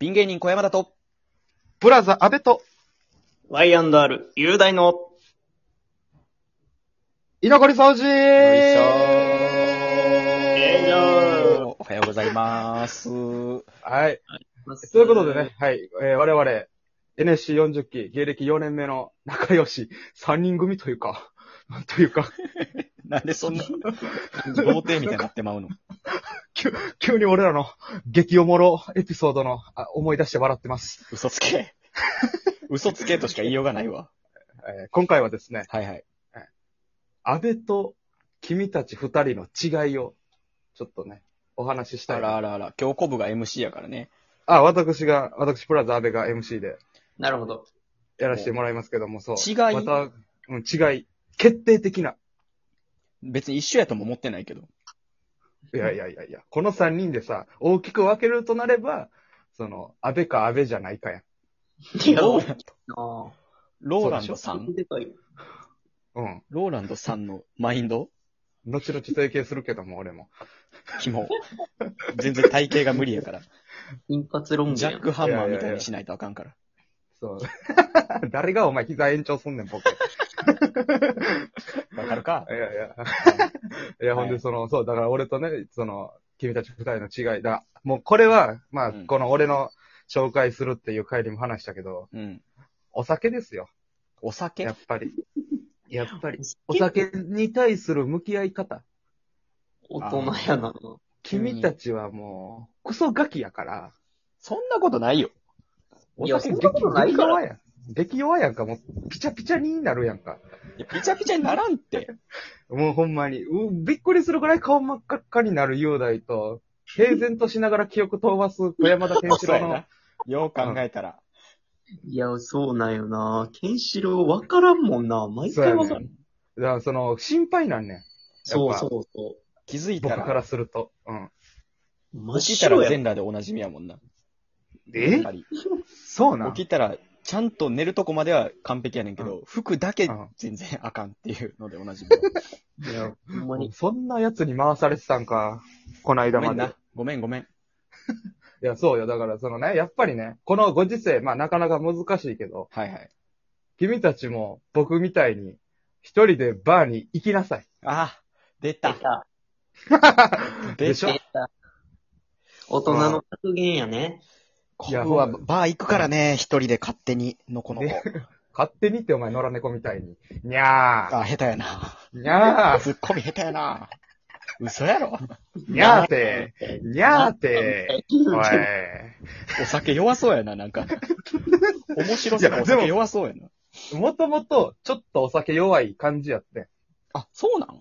ピン芸人小山田と、 プラザ安倍と、 Y&R、雄大の、 居残り掃除よいしょーおはようございます。 はい。ということでね、はい、我々、NSC40 期、芸歴4年目の仲良し3人組というか、なんというか、 なんでそんな、童貞みたいになってまうの。 急に俺らの激おもろエピソードの思い出して笑ってます。 嘘つけ。嘘つけとしか言いようがないわ。 今回はですね、 はいはい。 安倍と君たち2人の違いを、ちょっとね、お話ししたあい。 らあらあら、今日コブが MC やからね。 私プラザ安倍が MC でなるほど。 やらせてもらいますけども、そう。 違い違い。決定的な。 別に一緒やとも思ってないけど。 いや、この3人でさ、大きく分けるとなれば、安倍か安倍じゃないかやん。 いや、 ローランあローランドさあ、 んでかい。 うん。 ローランドさんのマインド後々提携するけども、俺も。 キモ。全然体型が無理やから。 一発ロングやん。 ジャックハンマーみたいにしないとあかんから。 そう。誰がお前膝延長すんねん、ボケ。 わかるかいや、ほんで、そう、だから俺とね、君たち2人の違いだ。もうこれは、まあ、 うんこの俺の紹介するっていう回でも話したけど、 うん。 お酒ですよ。 お酒やっぱり。お酒に対する向き合い方。 大人やな。 君たちはもう、クソガキやから、 そんなことないよ。 おいや酒そんなことないから激弱やん。激弱やんか、もう、ピチャピチャになるやんか。 いやピチャピチャにならんって。 もうほんまに、びっくりするぐらい顔真っ赤っかになる雄大と、平然としながら記憶飛ばす小山田健志郎のそうやな、。よう考えたら。 いや、そうなんよな。ケンシロウわからんもんな。毎回わからん。 だから心配なんねん。 そうそうそ気づいた、 僕かららすると。うん。 う。真っ起きたら白やん。 全裸でおなじみやもんな。やっぱりそうなん起きたら、ちゃんと寝るとこまでは完璧やねんけど、服だけうん全然あかんっていうのでおなじみ。 いや、ほんまに。 そんな奴に回されてたんか。この間まで。 ごめんな。ごめんごめん。 いや、そうよ。だからやっぱりね、このご時世、まあなかなか難しいけど、 はいはい。 君たちも僕みたいに一人でバーに行きなさい。 あ、出出た。 た。 でしょ出た。大人の格言やね。 コブはバー行くからね、一人で勝手に、のこのこ。 勝手にってお前野良猫みたいに。にゃー。 あ、下手やな。 にゃー。 ツッコミ下手やな。嘘やろ。 にゃーて。にゃーて。おい。 お酒弱そうやな、なんか。面白さがお酒弱そうやな。 もともとちょっとお酒弱い感じやって。 あ、そうなん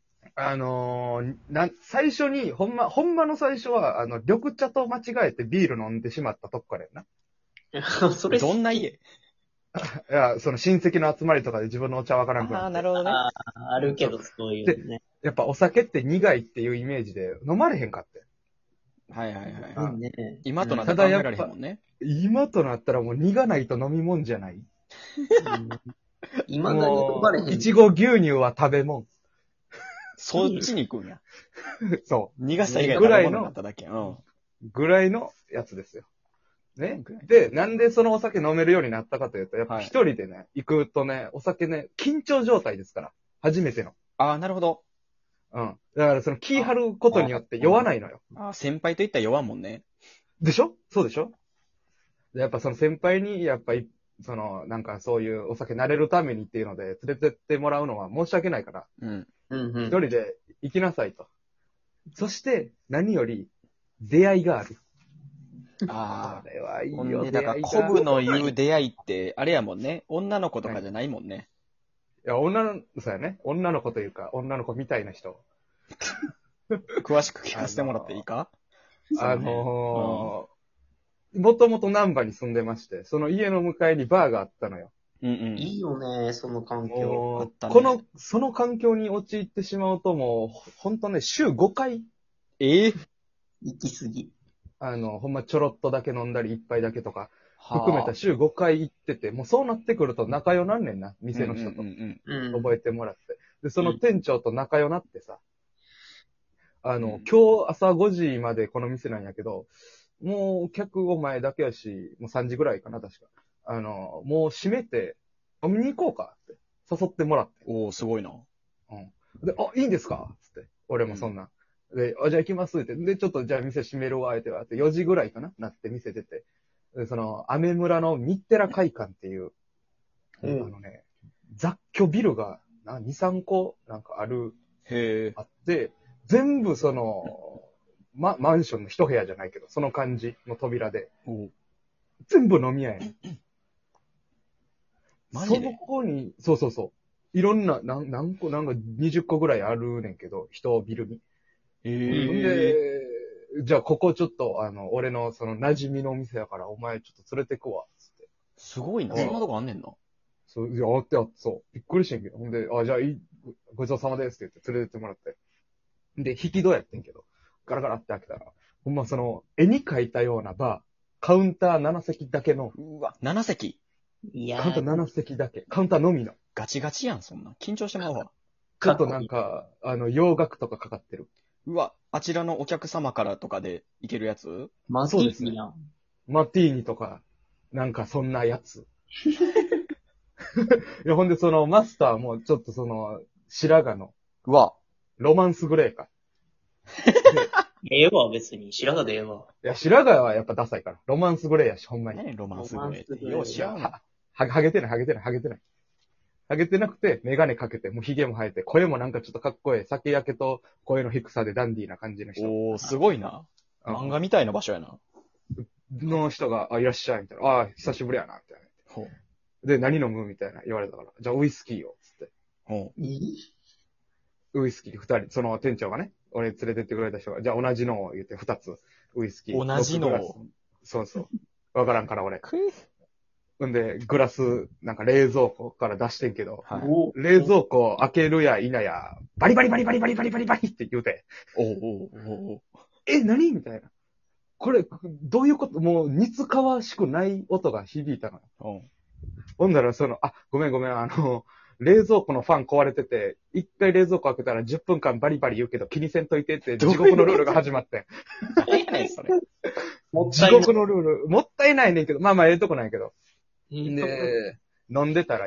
最初に、ほんまの最初は、緑茶と間違えてビール飲んでしまったとこからやな。 それ、 どんな家いや、親戚の集まりとかで自分のお茶わからんくなああ、 って。 なるほどね。 あるけど、そういうね。 やっぱお酒って苦いっていうイメージで飲まれへんかって。 はいはいはい。 あね。 今となったら考えられへんもんね。 今となったらもう苦ないと飲み物じゃない。 今だに呼ばれへん。 いちご牛乳は食べ物。 そっちに行くんや。 そ苦さ以外食べ物になっただけ。うん。 う。ぐらいのやつですよ。ね。で、なんでそのお酒飲めるようになったかというと、やっぱ一人でね、行くとね、お酒ね、緊張状態ですから。初めての。 ああ、なるほど。 うん。だから気張ることによって酔わないのよ。 ああ、先輩と言ったら弱んもんね。 でしょそうでしょでやっぱ先輩に、やっぱなんかそういうお酒慣れるためにっていうので、連れてってもらうのは申し訳ないから、 うん。 うん一人で行きなさいと。そして、何より、出会いがある。 あこれはいいあ。ほんよ、 で、だから、 出会いがコブの言う出会いって、あれやもんね。女の子とかじゃないもんね。 いや、そうやね。女の子というか、女の子みたいな人。 詳しく聞かせてもらっていいかもともと難波に住んでまして、その家の向かいにバーがあったのよ。 うんうん。 いいよね、その環境。 もうあったねその環境に陥ってしまうともう、ほんとね、週5回、 ええ行き過ぎ。 ほんまちょろっとだけ飲んだり、一杯だけとか、 はあ含めた週5回行ってて、もうそうなってくると仲良なんねんな、店の人と。 うんうん。 覚えてもらって。で、その店長と仲良なってさ、 ん今日朝5時までこの店なんやけど、 もう客お前だけやし、もう3時ぐらいかな、確か。もう閉めて、飲みに行こうかって誘ってもらって。 おー、すごいな。 で、いいんですかつって。俺もそんな。で、じゃあ行きますって。で、ちょっとじゃあ店閉めるわ、ってって、4時ぐらいかななって店出て。で、アメ村のミッテラ会館っていう、雑居ビルが、2、3個なんかあって、全部マンションの一部屋じゃないけど、その感じの扉で、全部飲み屋やねん。 マジでそこに、そう。いろんな、何個、なんか20個ぐらいあるねんけど、一ビルに。で、じゃあここちょっと、俺の馴染みのお店やから、お前ちょっと連れてくわ、つって。 すごいな。そんなとこあんねんな。 そう、いや、あって、そう。びっくりしてんけど。ほんで、じゃあごちそうさまですって言って連れてってもらって。で、引き戸やってんけど、ガラガラって開けたら、ほんま絵に描いたようなカウンター7席だけの、 うわ、7席。 カウンター7席だけ。カウンターのみの。 ガチガチやん、そんな。緊張してまうわ。 ちょっとなんか、洋楽とかかかってる。 うわ、あちらのお客様からとかでいけるやつそうですね。マティーニとか、なんかそんなやつ。いや、ほんでマスターもちょっと白髪の、 うわ。 ロマンスグレーか。 ええわ、別に。白髪でええわ。 いや、白髪はやっぱダサいから。ロマンスグレーやし、ほんまに。 何ロマンスグレーって。よう知らんわ。 ハゲてない。ハゲてなくて、メガネかけて、もう髭も生えて、声もなんかちょっとかっこいい。酒焼けと声の低さでダンディーな感じの人。 おー、すごいな。漫画みたいな場所やな。 の人が、いらっしゃい、みたいな。久しぶりやな、みたいな。 ほう。 で、何飲むみたいな言われたから。じゃあ、ウイスキーを、つって。 ほウイスキー2人、店長がね、俺連れてってくれた人が、じゃあ同じのを言って2つ、ウイスキー。 同じのを。 そう。わからんから俺。んで、グラス、なんか冷蔵庫から出してんけど、 はい。 冷蔵庫開けるや否や、バリバリバリバリバリバリバリバリって言うて、 お何みたいな。これ、どういうこともう、似つかわしくない音が響いたのよ。ほんだらごめん、冷蔵庫のファン壊れてて、一回冷蔵庫開けたら10分間バリバリ言うけど気にせんといてって地獄のルールが始まってん。 何やねん、それ。 地獄のルール、もったいないねんけど、まあええとこないけど。で、飲んでたら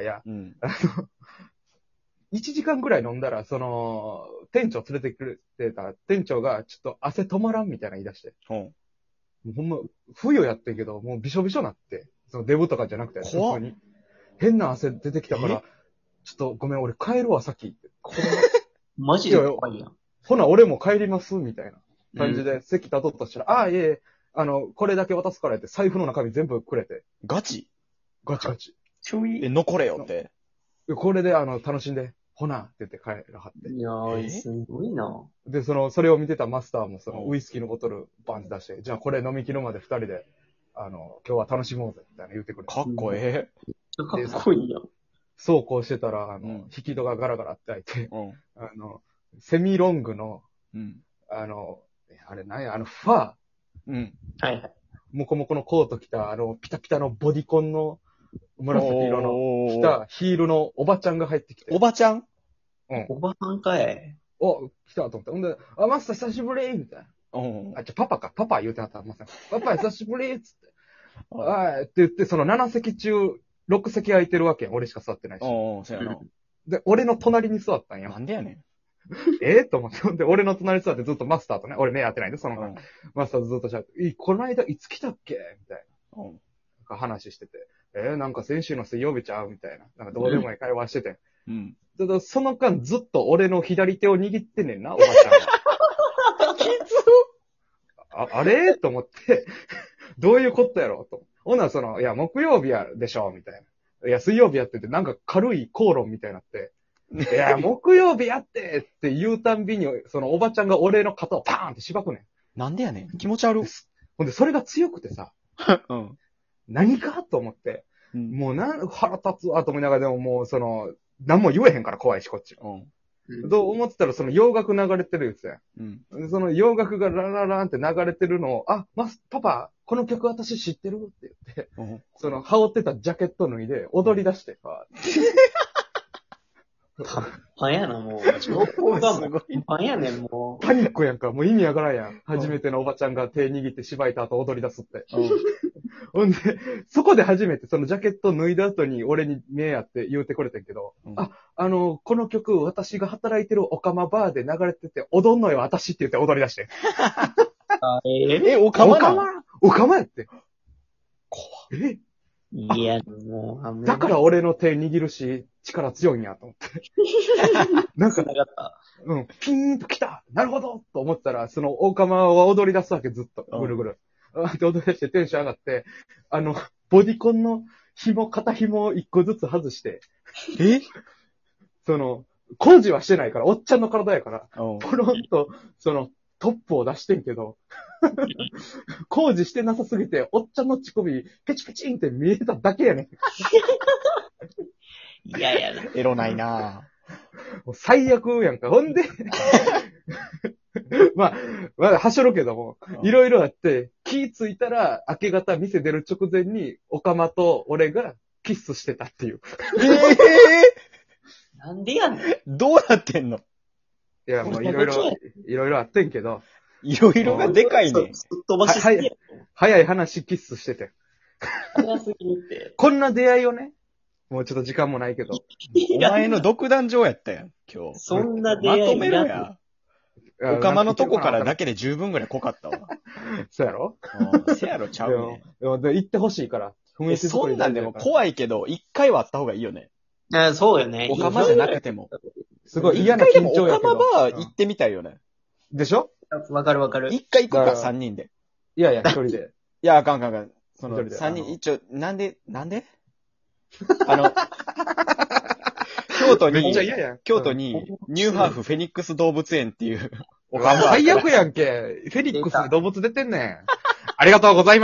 1時間ぐらい飲んだら、店長連れてくれた店長がちょっと汗止まらんみたいな言い出して。もうほんま、冬やってんけど、もうびしょびしょなって。デブとかじゃなくて、普通に。変な汗出てきたから、ちょっとごめん、俺帰るわ、先って。 マジで怖いやん。 ほな、俺も帰ります、みたいな感じで、席立とうとしたら、いえ、これだけ渡すからって、財布の中身全部くれて。 ガチ。 ガチ。 ちょい。 残れよって。 これで、楽しんで、ほな、って言って帰らはって。 いやー、すごいな。 で、それを見てたマスターも、ウイスキーのボトル、バンって出して、じゃあこれ飲み切るまで二人で、今日は楽しもうぜ、みたいな言ってくれ。 かっこええ。 かっこいいやん。 そうこうしてたら、引き戸がガラガラって開いて、 うん。 セミロングの、 うん。 あれ何や、ファー、 うん。 はいはい。 モコモコのコート着た、ピタピタのボディコンの紫色の着たヒールのおばちゃんが入ってきて。 おばちゃんおばさんかい。 来たと思って。ほんで、マスター久しぶりみたいな。パパか。パパ言うてはったら、まさに。パパ久しぶりつって。って言って、7席中、6席空いてるわけやん。俺しか座ってないし。 そうやな。 で、俺の隣に座ったんや。 なんでやねと思って。ほんで、俺の隣に座ってずっとマスターとね、俺目当てないんで、 ん。 マスターとずっと喋って、この間いつ来たっけみたいな。 うん。 話してて。なんか先週の水曜日ちゃうみたいな。なんかどうでもいい会話してて。 うん。 ただその間ずっと俺の左手を握ってんねんな、おばちゃんが。きつあれと思って、どういうことやろと。ほんならいや、木曜日やでしょみたいな。いや、水曜日やってて、なんか軽い口論みたいになって、いや、木曜日やってって言うたんびに、おばちゃんが俺の肩をパーンってしばくねん。 なんでやねん。気持ち悪い。 ほんで、それが強くてさ、 うん。 何かと思って、 うん。 もう腹立つわと思いながらでももう何も言えへんから怖いし、こっちは。どう思ってたら洋楽流れてるやつや。 うん。 洋楽がララランって流れてるのを、パパ、この曲私知ってるって言って、羽織ってたジャケット脱いで踊り出して、 パンやな、もう。情報がもう、パンやねん、もパニックやんか。もう意味わからんやん。初めてのおばちゃんが手握って芝居た後踊り出すって。ほんで、そこで初めてそのジャケット脱いだ後に俺に目やって言うてくれてんけど、 うんこの曲私が働いてるオカマバーで流れてて、踊んのよ私って言って踊り出して。 おかまな。 オカマやって。えいや、もう、 だから俺の手握るし、力強いんやと思って。なんか、 繋がった。 ピーンと来たなるほどと思ったら、そのオカマは踊り出すわけ、ずっと。ぐるぐる。で踊り出してテンション上がって、ボディコンの肩紐を一個ずつ外して、工事はしてないから、おっちゃんの体やから、ポロンと、トップを出してんけど、工事してなさすぎて、おっちゃんの乳首、ペチペチンって見えただけやねん。 いやいやな。 エロないなもう最悪やんか。ほんで、まだはしょるけども、いろいろあって、気ついたら、明け方店出る直前に、オカマと俺がキスしてたっていう。 なんでやねん。 どうなってんの？ いや、もういろいろあってんけど、 いろいろがでかいね。 すっ飛ばしすぎや。 早い話キスしてて。 早すぎるって。 こんな出会いをね、もうちょっと時間もないけど。 お前の独壇場やったやん、今日。 そんな出ま会いとめろや。おかまのとこからだけで十分ぐらい濃かったわ。 そうやろせやろちゃうね。 でも行ってほしいから。 そんなんでも怖いけど、一回はあった方がいいよね。 そうよね。 おかまじゃなくても。 すごい嫌な緊張やけど。 一回でもおかまバー行ってみたいよね。 でしょわかるわかる。 一回行くか、三人で。 いやいや、一人で。 いや、あかん。その、 一人で三人、一応、なんで京都に、 めっちゃ嫌やん。 京都に、ニューハーフフェニックス動物園っていう、 最悪やんけ。フェニックスに動物出てんねん。ありがとうございます。